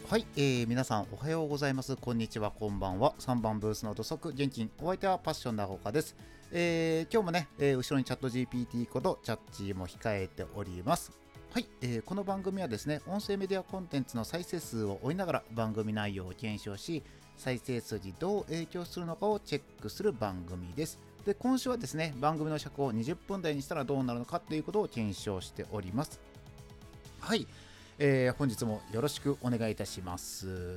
はい、皆さんおはようございます。こんにちは、こんばんは。3番ブースの土足現金。お相手はパッションなほかです。今日もね、後ろにチャット GPT ことチャッチーも控えております。はい、この番組はですね、音声メディアコンテンツの再生数を追いながら番組内容を検証し、再生数にどう影響するのかをチェックする番組です。で、今週はですね、番組の尺を20分台にしたらどうなるのかということを検証しております。はい。本日もよろしくお願いいたします。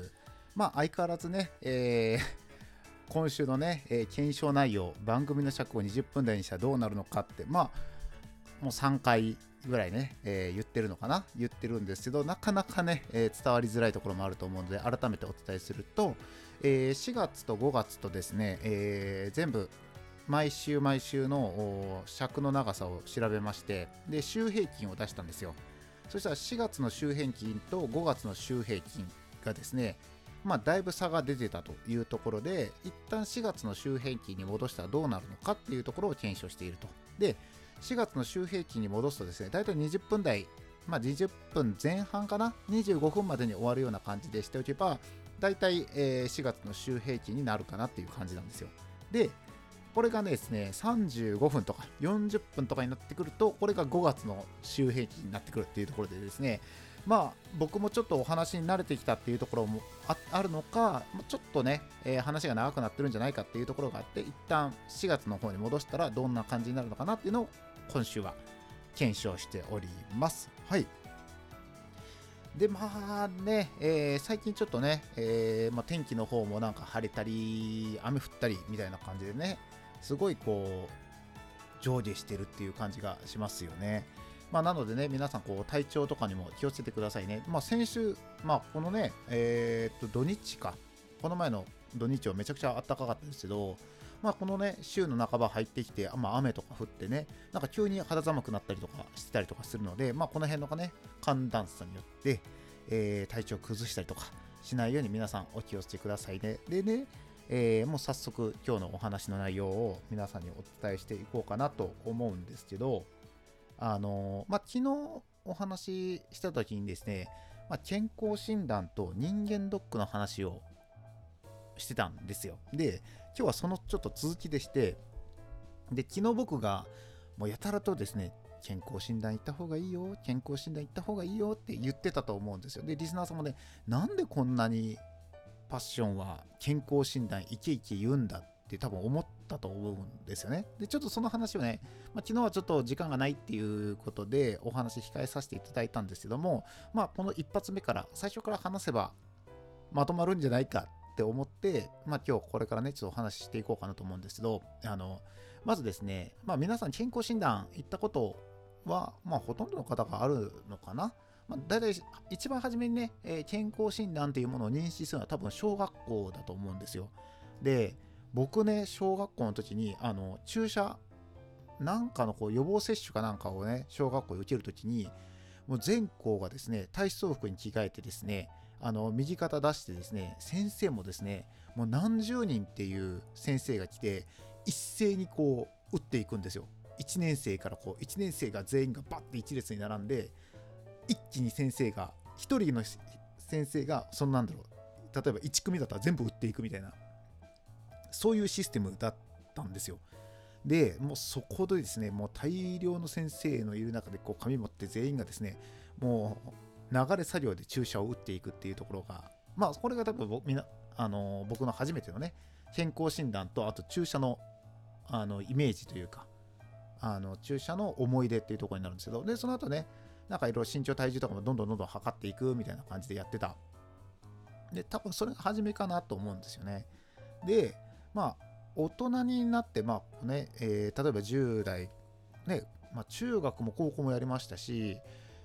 相変わらずね、今週のね、検証内容、番組の尺を20分台にしたらどうなるのかって、もう3回ぐらいね、言ってるんですけど、なかなかね、伝わりづらいところもあると思うので、改めてお伝えすると、4月と5月とですね、全部、毎週の尺の長さを調べまして、で、週平均を出したんですよ。そしたら4月の週平均と5月の週平均がですね、だいぶ差が出てたというところで、一旦4月の週平均に戻したらどうなるのかっていうところを検証していると。で、4月の週平均に戻すとですね、だいたい20分台、20分前半かな、25分までに終わるような感じでしておけば、だいたい4月の週平均になるかなっていう感じなんですよ。で、これがですね、35分とか40分とかになってくると、これが5月の週平均になってくるっていうところでですね、僕もちょっとお話に慣れてきたっていうところも あるのか、ちょっとね、話が長くなってるんじゃないかっていうところがあって、一旦4月の方に戻したらどんな感じになるのかなっていうのを今週は検証しております。はい。で最近ちょっとね、天気の方もなんか晴れたり雨降ったりみたいな感じでね、すごいこう上下してるっていう感じがしますよね。なのでね、皆さんこう体調とかにも気をつけてくださいね。先週、このね、土日か、この前の土日はめちゃくちゃ暖かかったですけど、このね、週の半ば入ってきて、雨とか降ってね、なんか急に肌寒くなったりとかしてたりとかするので、この辺のね、寒暖差によって、体調崩したりとかしないように皆さんお気をつけくださいね。でね、もう早速今日のお話の内容を皆さんにお伝えしていこうかなと思うんですけど、昨日お話しした時にですね、健康診断と人間ドックの話をしてたんですよ。で、今日はそのちょっと続きでして、で、昨日僕がもうやたらとですね、健康診断行った方がいいよ、健康診断行った方がいいよって言ってたと思うんですよ。で、リスナーさんもね、なんでこんなにパッションは健康診断イケイケ言うんだって多分思ったと思うんですよね。で、ちょっとその話をね、昨日はちょっと時間がないっていうことでお話控えさせていただいたんですけども、この一発目から最初から話せばまとまるんじゃないかって思って、今日これからね、ちょっとお話ししていこうかなと思うんですけど、まずですね、皆さん健康診断行ったことは、ほとんどの方があるのかな。だいたい一番初めにね、健康診断というものを認識するのは多分小学校だと思うんですよ。で、僕ね、小学校の時に、注射、なんかのこう予防接種かなんかをね、小学校で受ける時に、もう全校がですね、体操服に着替えてですね、右肩出してですね、先生もですね、もう何十人っていう先生が来て、一斉にこう打っていくんですよ。1年生からこう、1年生が全員がバッて一列に並んで、一気に先生が、一人の先生が、そのなんだろう、例えば1組だったら全部打っていくみたいな、そういうシステムだったんですよ。で、もうそこでですね、もう大量の先生のいる中でこう紙持って全員がですね、もう流れ作業で注射を打っていくっていうところが、これが多分僕の初めてのね、健康診断とあと注射のイメージというか、注射の思い出っていうところになるんですけど、で、その後ね、なんかいろいろ身長体重とかもどんどん測っていくみたいな感じでやってた。で、多分それが初めかなと思うんですよね。で、大人になって、例えば10代、ね、中学も高校もやりましたし、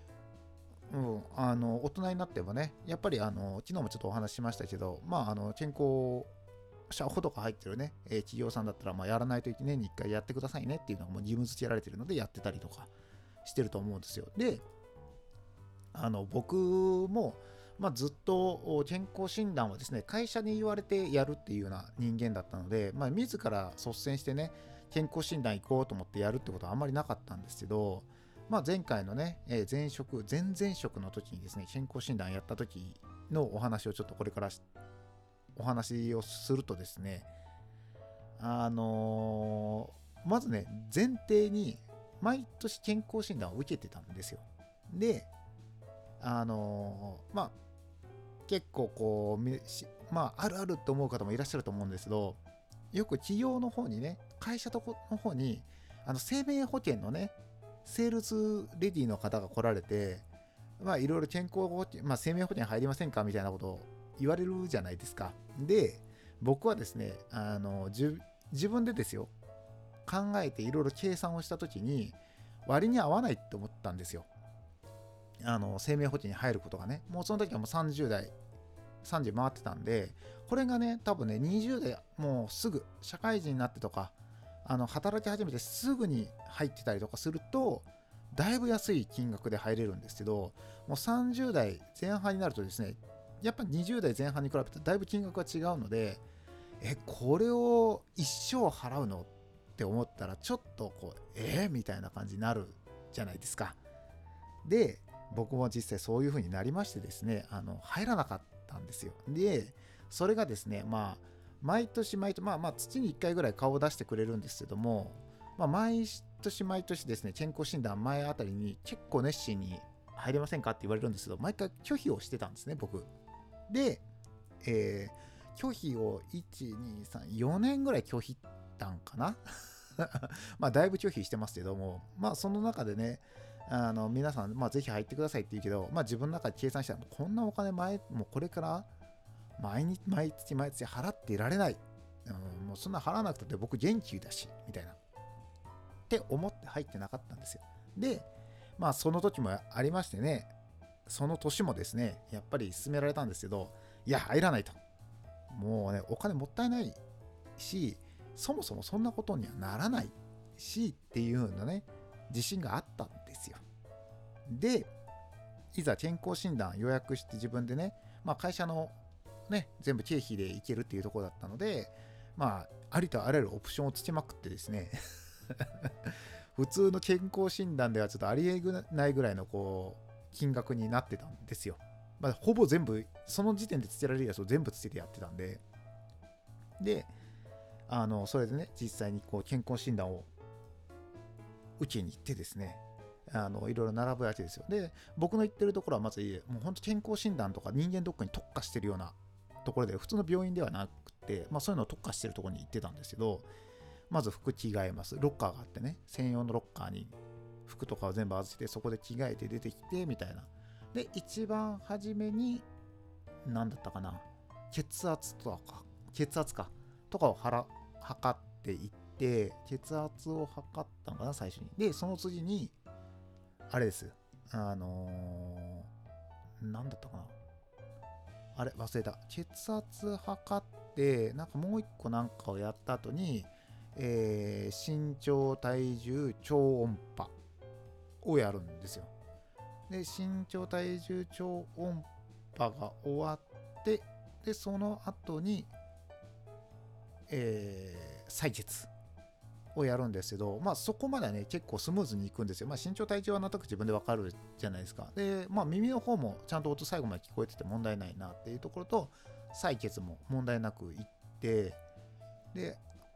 大人になってもね、やっぱり昨日もちょっとお話ししましたけど、健康者ほどが入ってるね、企業さんだったら、やらないと年に1回やってくださいねっていうのがもう義務付けられてるのでやってたりとかしてると思うんですよ。で、僕も、ずっと健康診断はですね、会社に言われてやるっていうような人間だったので、自ら率先してね、健康診断行こうと思ってやるってことはあんまりなかったんですけど、 前回のね、前々職の時にですね、健康診断やった時のお話をちょっとこれからお話をするとですね、まずね、前提に毎年健康診断を受けてたんですよ。で、結構こう、あるあると思う方もいらっしゃると思うんですけど、よく企業の方にね、会社の方に、生命保険のね、セールスレディの方が来られて、いろいろ健康保険、生命保険入りませんかみたいなことを言われるじゃないですか。で、僕はですね、自分でですよ、考えていろいろ計算をしたときに、割に合わないって思ったんですよ。生命保険に入ることがね、もうその時はもう30回ってたんで、これがね、多分ね、20代、もうすぐ、社会人になってとか、働き始めてすぐに入ってたりとかすると、だいぶ安い金額で入れるんですけど、もう30代前半になるとですね、やっぱり20代前半に比べてだいぶ金額が違うので、これを一生払うのって思ったら、ちょっとこう、みたいな感じになるじゃないですか。で、僕も実際そういう風になりましてですね、入らなかったんですよ。で、それがですね、毎年、月に1回ぐらい顔を出してくれるんですけども、毎年ですね、健康診断前あたりに結構熱心に入れませんかって言われるんですけど、毎回拒否をしてたんですね、僕。で、拒否を1、2、3、4年ぐらい拒否ったんかなだいぶ拒否してますけども、その中でね、皆さん、ぜひ入ってくださいって言うけど、自分の中で計算したら、こんなお金もうこれから毎月払っていられない。もうそんな払わなくたって僕元気だし、みたいな。って思って入ってなかったんですよ。で、その時もありましてね、その年もですね、やっぱり勧められたんですけど、いや、入らないと。もうね、お金もったいないし、そもそもそんなことにはならないしっていうようなね、自信があったんですよ。で、いざ健康診断予約して自分でね、会社のね、全部経費で行けるっていうところだったので、ありとあらゆるオプションをつけまくってですね普通の健康診断ではちょっとありえないぐらいのこう金額になってたんですよ。ほぼ全部その時点でつけられるやつを全部つけてやってたんで、それでね、実際にこう健康診断を受けに行ってですね、いろいろ並ぶわけですよ。で、僕の行ってるところはまずもう本当健康診断とか人間ドックに特化してるようなところで、普通の病院ではなくて、そういうのを特化してるところに行ってたんですけど、まず服着替えます。ロッカーがあってね、専用のロッカーに服とかを全部預けて、そこで着替えて出てきてみたいな。で、一番初めに何だったかな、血圧かとかを測っていって、血圧を測ったのかな、最初に。で、その次にあれです。何だったかな、あれ忘れた。血圧測って、なんかもう一個なんかをやった後に、身長、体重、超音波をやるんですよ。で、身長、体重、超音波が終わって、で、その後に、採血をやるんですけど、そこまではね、結構スムーズにいくんですよ。身長、体重はなんとなく自分でわかるじゃないですか。で、耳の方もちゃんと音最後まで聞こえてて問題ないなっていうところと、採血も問題なくいって、で、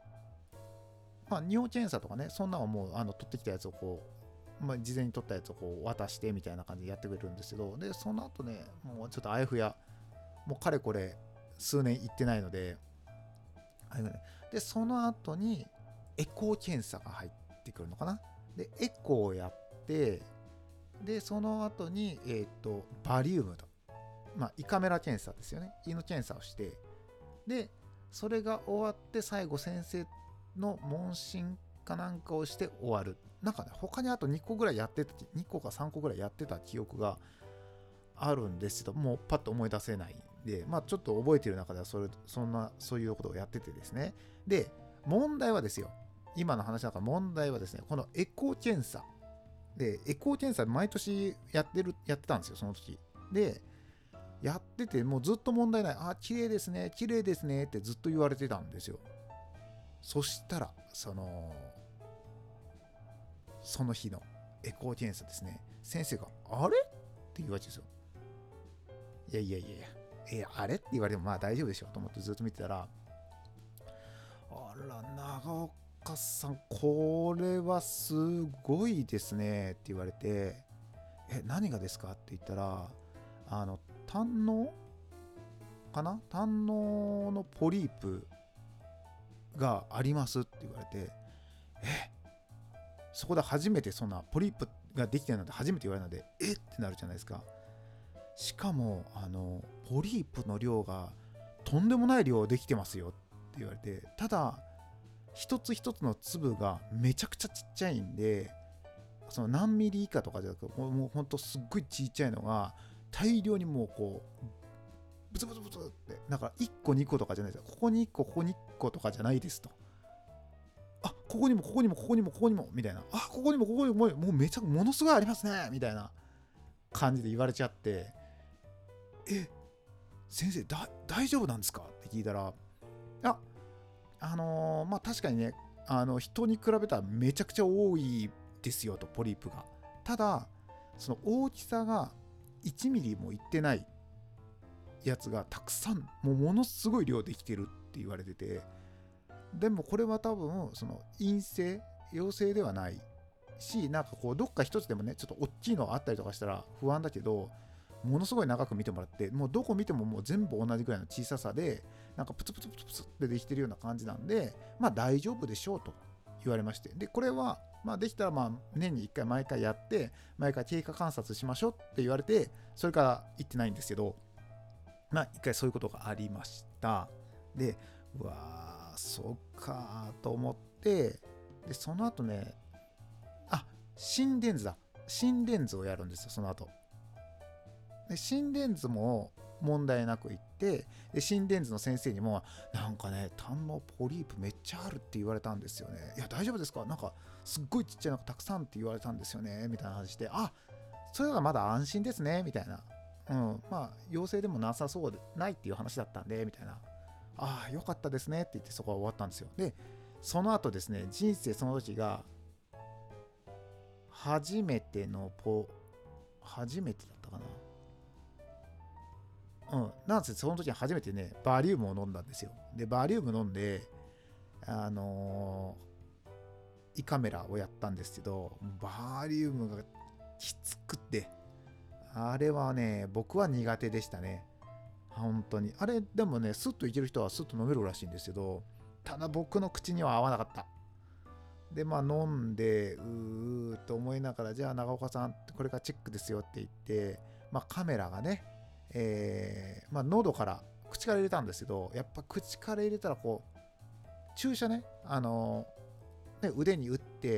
尿検査とかね、そんなのはもう取ってきたやつをこう、事前に取ったやつをこう渡してみたいな感じでやってくれるんですけど、で、その後ね、もうちょっとあやふや、もうかれこれ数年行ってないので、で、その後にエコー検査が入ってくるのかな。で、エコーをやって、で、その後に、バリウムと、胃カメラ検査ですよね。胃の検査をして、で、それが終わって最後先生の問診かなんかをして終わる。なんかね、他にあと2個ぐらいやってた、2個か3個ぐらいやってた記憶があるんですけど、もうパッと思い出せないんで、ちょっと覚えてる中ではそういうことをやっててですね。で、問題はですよ。今の話だから問題はですね、このエコー検査。で、エコー検査毎年やってたんですよ、その時。で、やってて、もうずっと問題ない。綺麗ですね、綺麗ですねってずっと言われてたんですよ。そしたら、その日のエコー検査ですね、先生があれって言われてるんですよ。いやあれって言われてもまあ大丈夫でしょと思ってずっと見てたら、あら長岡さんこれはすごいですねって言われて、何がですかって言ったら、胆のかな、胆ののポリープがありますって言われて、そこで初めてそんなポリープができてるなんて初めて言われるので、ってなるじゃないですか。しかもポリープの量がとんでもない量できてますよって言われて、ただ一つ一つの粒がめちゃくちゃちっちゃいんで、その何ミリ以下とかじゃなくて、もうほんとすっごいちっちゃいのが大量にもうこうブツブツブツって、だから1個2個とかじゃないですよ。ここに1個ここに1個とかじゃないですと。あ、ここにもここにもここにもここにもみたいな、あ、ここにもここにももうめちゃものすごいありますねみたいな感じで言われちゃって、先生大丈夫なんですかって聞いたら、まあ確かにね、人に比べたらめちゃくちゃ多いですよと、ポリープが。ただその大きさが1ミリもいってないやつがたくさん、ものすごい量できてるって言われてて、でもこれは多分その陰性陽性ではないし、なんかこうどっか一つでもねちょっと大きいのがあったりとかしたら不安だけど、ものすごい長く見てもらって、もうどこ見てももう全部同じぐらいの小ささで、なんかプツプツプツプツってできてるような感じなんで、まあ大丈夫でしょうと言われまして、でこれはまあできたらまあ年に1回毎回やって毎回経過観察しましょうって言われて、それから行ってないんですけど、まあ一回そういうことがありました。で、うわーそっかーと思って、でその後ね、心電図をやるんですよ、その後。で心電図も問題なくいって、で心電図の先生にもなんかね、胆のポリープめっちゃあるって言われたんですよね。いや大丈夫ですか、なんかすっごいちっちゃいのがたくさんって言われたんですよねみたいな話で、それがまだ安心ですねみたいな、まあ陽性でもなさそうでないっていう話だったんでみたいな、よかったですねって言って、そこは終わったんですよ。でその後ですね、人生その時が初めてだったかな。なんせその時に初めてねバリウムを飲んだんですよ。でバリウム飲んで胃カメラをやったんですけど、バリウムがきつくて、あれはね僕は苦手でしたね、本当に。あれでもねスッといける人はスッと飲めるらしいんですけど、ただ僕の口には合わなかった。でまあ飲んでと思いながら、じゃあ長岡さんこれからチェックですよって言って、カメラがね、喉から口から入れたんですけど、やっぱ口から入れたらこう注射ね、腕に打って、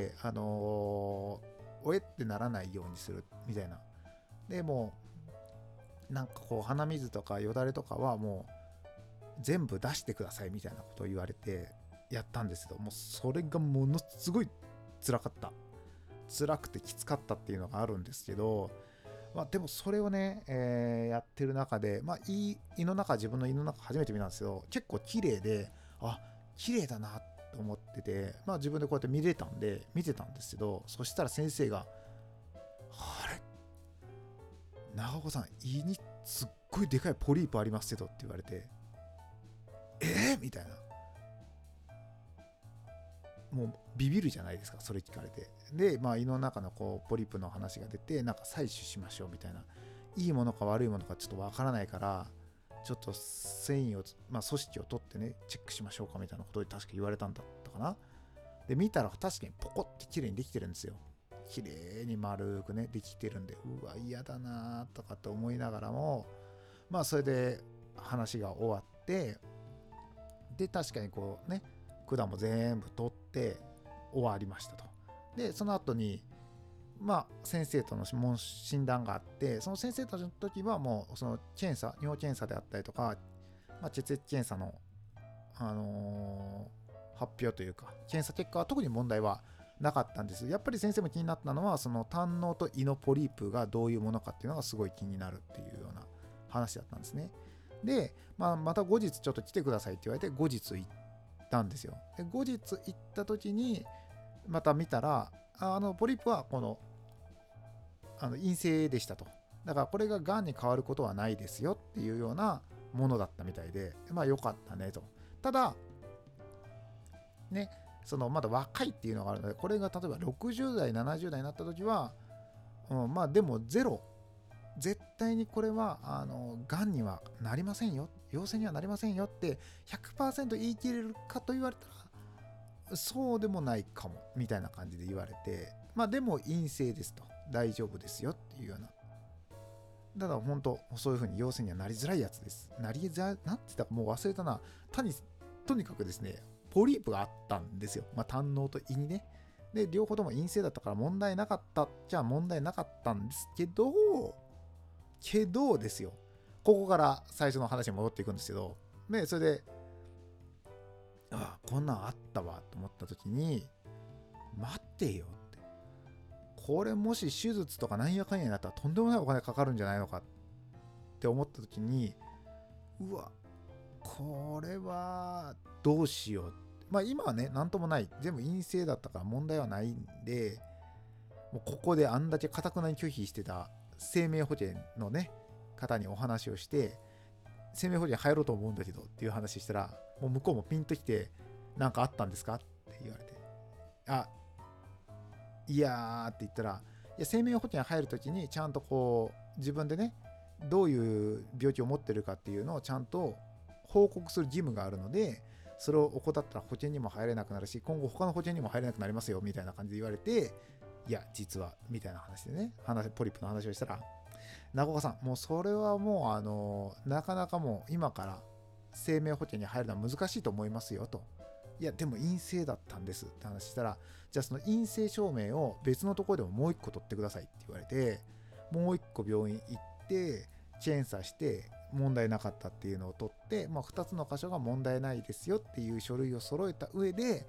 おえってならないようにするみたいな。でもうなんかこう鼻水とかよだれとかはもう全部出してくださいみたいなことを言われてやったんですけど、もうそれがものすごい辛くてきつかったっていうのがあるんですけど、でもそれをね、やってる中で、自分の胃の中初めて見たんですけど、結構綺麗で、綺麗だなと思ってて、自分でこうやって見てたんですけど、そしたら先生が、あれ長岡さん胃にすっごいでかいポリープありますけどって言われて、みたいな、もうビビるじゃないですか、それ聞かれて。で胃の中のこうポリープの話が出て、なんか採取しましょうみたいな、いいものか悪いものかちょっとわからないから、ちょっと繊維を、組織を取ってねチェックしましょうかみたいなことで確か言われたんだったかな。で見たら確かにポコって綺麗にできてるんですよ。綺麗に丸くねできてるんで、うわ嫌だなとかって思いながらも、それで話が終わって、で確かにこうね管も全部取って終わりましたと。でその後に先生との診断があって、その先生たちの時はもうその検査、尿検査であったりとか、血液検査の、発表というか検査結果は特に問題はなかったんです。やっぱり先生も気になったのは、その胆のと胃のポリープがどういうものかっていうのがすごい気になるっていうような話だったんですね。で、また後日ちょっと来てくださいって言われて後日行ったんですよ。で後日行った時にまた見たら、ポリープはこの陰性でしたと。だからこれががんに変わることはないですよっていうようなものだったみたいで、まあ良かったねと。ただね、そのまだ若いっていうのがあるので、これが例えば60代70代になった時は、まあでもゼロ、絶対にこれはがんにはなりませんよ、陽性にはなりませんよって 100% 言い切れるかと言われたらそうでもないかもみたいな感じで言われて、まあでも陰性ですと、大丈夫ですよっていうような。だから本当そういう風に陽性にはなりづらいやつです。なんて言ったかもう忘れたな。とにかくですね、ポリープがあったんですよ。まあ胆のうと胃にね。で、両方とも陰性だったから問題なかったっちゃ問題なかったんですけどですよ。ここから最初の話に戻っていくんですけど、で、それで、こんなんあったわと思った時に、待ってよって。これもし手術とかなんやかんやになったらとんでもないお金かかるんじゃないのかって思った時に、これはどうしよう。まあ今はね、なんともない。全部陰性だったから問題はないんで、もうここであんだけ堅くなに拒否してた生命保険のね、方にお話をして、生命保険入ろうと思うんだけどっていう話したら、もう向こうもピンときて、なんかあったんですかって言われて、いやーって言ったら、いや生命保険入るときにちゃんとこう自分でね、どういう病気を持ってるかっていうのをちゃんと報告する義務があるので、それを怠ったら保険にも入れなくなるし、今後他の保険にも入れなくなりますよみたいな感じで言われて、いや実はみたいな話でね、ポリプの話をしたら、中岡さん、もうそれはもうなかなかもう今から生命保険に入るのは難しいと思いますよと。いやでも陰性だったんですって話したら、じゃあその陰性証明を別のところでももう一個取ってくださいって言われて、もう一個病院行って検査して問題なかったっていうのを取って、まあ、2つの箇所が問題ないですよっていう書類を揃えた上で、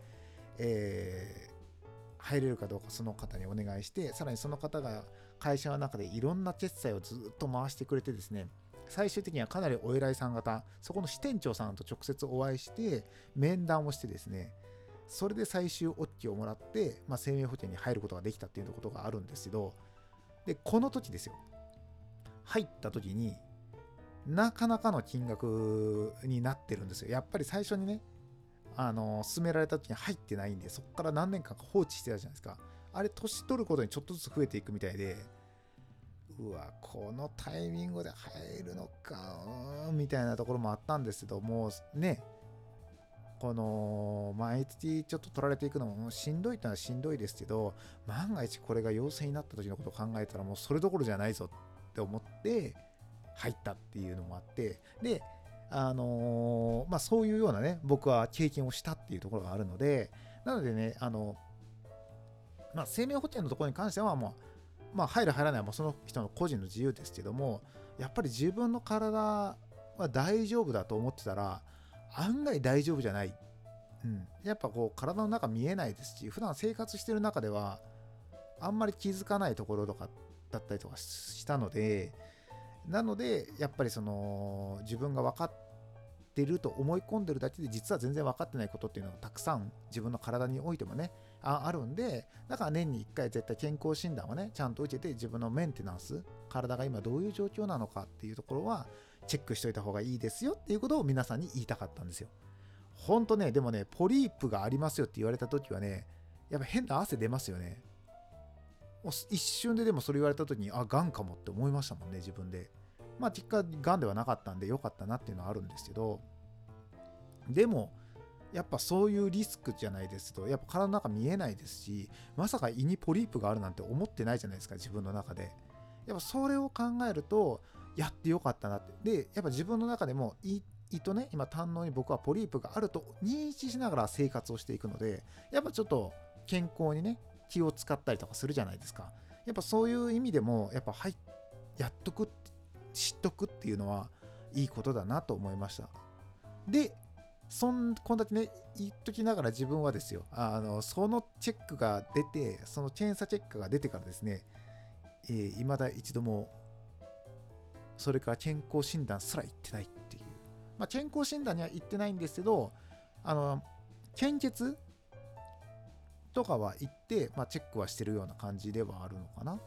入れるかどうかその方にお願いして、さらにその方が会社の中でいろんな決済をずっと回してくれてですね、最終的にはかなりお偉いさん方、そこの支店長さんと直接お会いして面談をしてですね、それで最終 OK をもらって、まあ、生命保険に入ることができたっていうことがあるんですけど、でこの時ですよ、入った時になかなかの金額になってるんですよ。やっぱり最初にね、進められた時に入ってないんで、そこから何年間か放置してたじゃないですか。あれ年取ることにちょっとずつ増えていくみたいで、このタイミングで入るのかみたいなところもあったんですけどもね、この毎月ちょっと取られていくのもしんどいってのはしんどいですけど、万が一これが陽性になった時のことを考えたらもうそれどころじゃないぞって思って入ったっていうのもあって、でまあそういうようなね、僕は経験をしたっていうところがあるので、なのでね、まあ生命保険のところに関してはまあ入る入らないはもうその人の個人の自由ですけども、やっぱり自分の体は大丈夫だと思ってたら案外大丈夫じゃない。やっぱこう体の中見えないですし、普段生活してる中ではあんまり気づかないところとかだったりとかしたので、なのでやっぱりその自分が分かってると思い込んでるだけで実は全然分かってないことっていうのがたくさん自分の体においてもねあるんで、だから年に1回絶対健康診断をねちゃんと受けて、自分のメンテナンス、体が今どういう状況なのかっていうところはチェックしといた方がいいですよっていうことを皆さんに言いたかったんですよ。ほんとね、でもね、ポリープがありますよって言われた時はね、やっぱ変な汗出ますよね。もう一瞬ででもそれ言われた時に、がんかもって思いましたもんね、自分で。まあ結果がんではなかったんで良かったなっていうのはあるんですけど、でもやっぱそういうリスクじゃないですと、やっぱ体の中見えないですし、まさか胃にポリープがあるなんて思ってないじゃないですか、自分の中で。やっぱそれを考えるとやってよかったなって。でやっぱ自分の中でも胃とね、今胆のに僕はポリープがあると認識しながら生活をしていくので、やっぱちょっと健康にね気を使ったりとかするじゃないですか。やっぱそういう意味でもやっぱやっとく知っとくっていうのはいいことだなと思いました。でこんだけね言っときながら、自分はですよ、そのチェックが出て、その検査結果が出てからですね、未だ一度もそれから健康診断すら行ってないっていう。まあ、健康診断には行ってないんですけど、献血とかは行って、まあ、チェックはしてるような感じではあるのかな。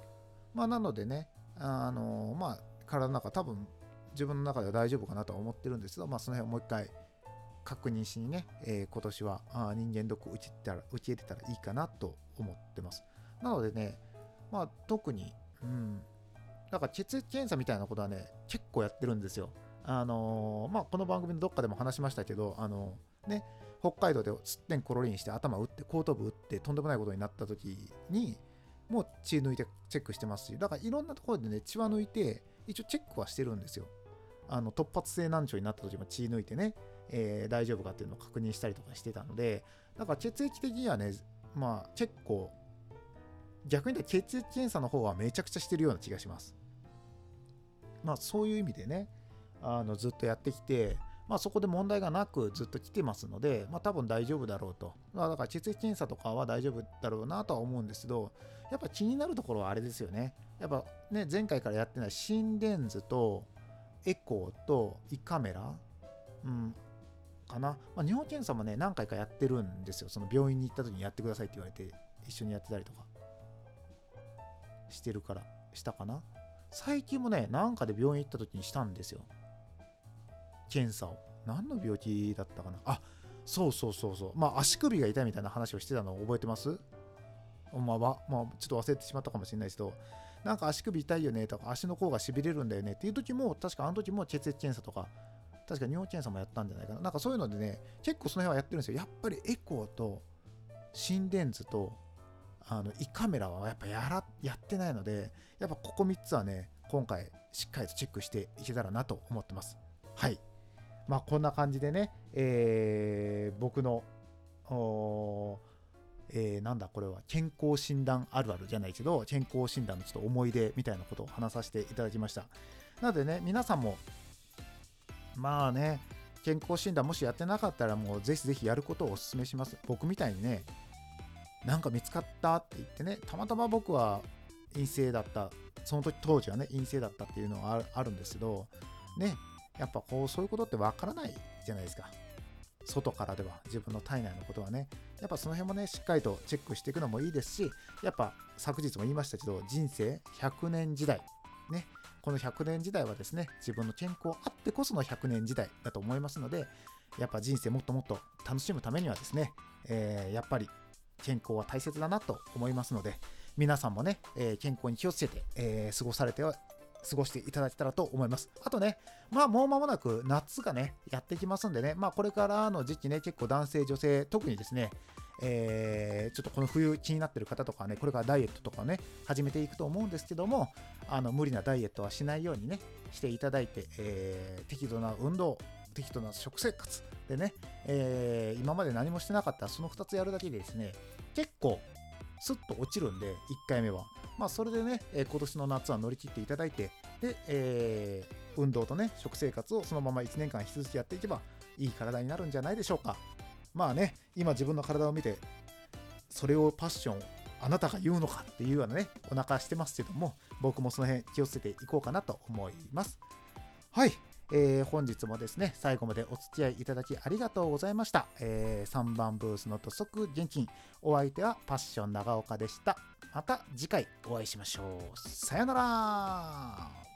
なのでね、体の中多分自分の中では大丈夫かなとは思ってるんですけど、その辺をもう一回確認しにね、今年は人間ドック受け入れたらいいかなと思ってます。なのでね、特に、だから血液検査みたいなことはね、結構やってるんですよ。この番組のどっかでも話しましたけど、北海道ですってんころりんして頭打って後頭部打ってとんでもないことになった時にもう血抜いてチェックしてますし、だからいろんなところでね血は抜いて一応チェックはしてるんですよ。突発性難聴になった時も血抜いてね、大丈夫かっていうのを確認したりとかしてたので、だから血液的にはね、結構逆に言ったら血液検査の方はめちゃくちゃしてるような気がします。そういう意味でね、ずっとやってきて、そこで問題がなくずっと来てますので、多分大丈夫だろうと。だから血液検査とかは大丈夫だろうなとは思うんですけど、やっぱ気になるところはあれですよね。やっぱね、前回からやってない心電図とエコーと胃カメラ、かな。尿検査もね、何回かやってるんですよ。その病院に行った時にやってくださいって言われて、一緒にやってたりとかしてるから、したかな。最近もね、なんかで病院行った時にしたんですよ。検査を。何の病気だったかな。そうそう。足首が痛いみたいな話をしてたのを覚えてます？ちょっと忘れてしまったかもしれないですけど、なんか足首痛いよねとか、足の甲がしびれるんだよねっていう時も、確かあの時も血液検査とか、確か尿検査もやったんじゃないかな。なんかそういうのでね、結構その辺はやってるんですよ。やっぱりエコーと心電図と胃カメラはやっぱやってないので、やっぱここ3つはね、今回しっかりとチェックしていけたらなと思ってます。はい。こんな感じでね、僕のなんだこれは健康診断あるあるじゃないけど、健康診断のちょっと思い出みたいなことを話させていただきました。なのでね、皆さんも健康診断もしやってなかったらもうぜひぜひやることをお勧めします。僕みたいにね、なんか見つかったって言ってね、たまたま僕は陰性だった、その時当時はね陰性だったっていうのはあるんですけどね、やっぱそういうことってわからないじゃないですか。外からでは自分の体内のことはね、やっぱその辺もねしっかりとチェックしていくのもいいですし、やっぱ昨日も言いましたけど、人生100年時代ね、この100年時代はですね、自分の健康あってこその100年時代だと思いますので、やっぱ人生もっともっと楽しむためにはですね、やっぱり健康は大切だなと思いますので、皆さんもね、健康に気をつけて、過ごしていただけたらと思います。あとね、もう間もなく夏がねやってきますんでね、これからの時期ね、結構男性女性特にですね、ちょっとこの冬気になってる方とかね、これからダイエットとかね始めていくと思うんですけども、無理なダイエットはしないようにねしていただいて、適度な運動、適度な食生活でね、今まで何もしてなかったその2つやるだけでですね、結構スッと落ちるんで、1回目はそれでね、今年の夏は乗り切っていただいて、で、運動とね食生活をそのまま1年間引き続きやっていけばいい体になるんじゃないでしょうか。今自分の体を見て、それをパッションあなたが言うのかっていうようなねお腹してますけども、僕もその辺気をつけていこうかなと思います。はい、本日もですね最後までお付き合いいただきありがとうございました。3番ブースの土足現金、お相手はパッション長岡でした。また次回お会いしましょう。さよなら。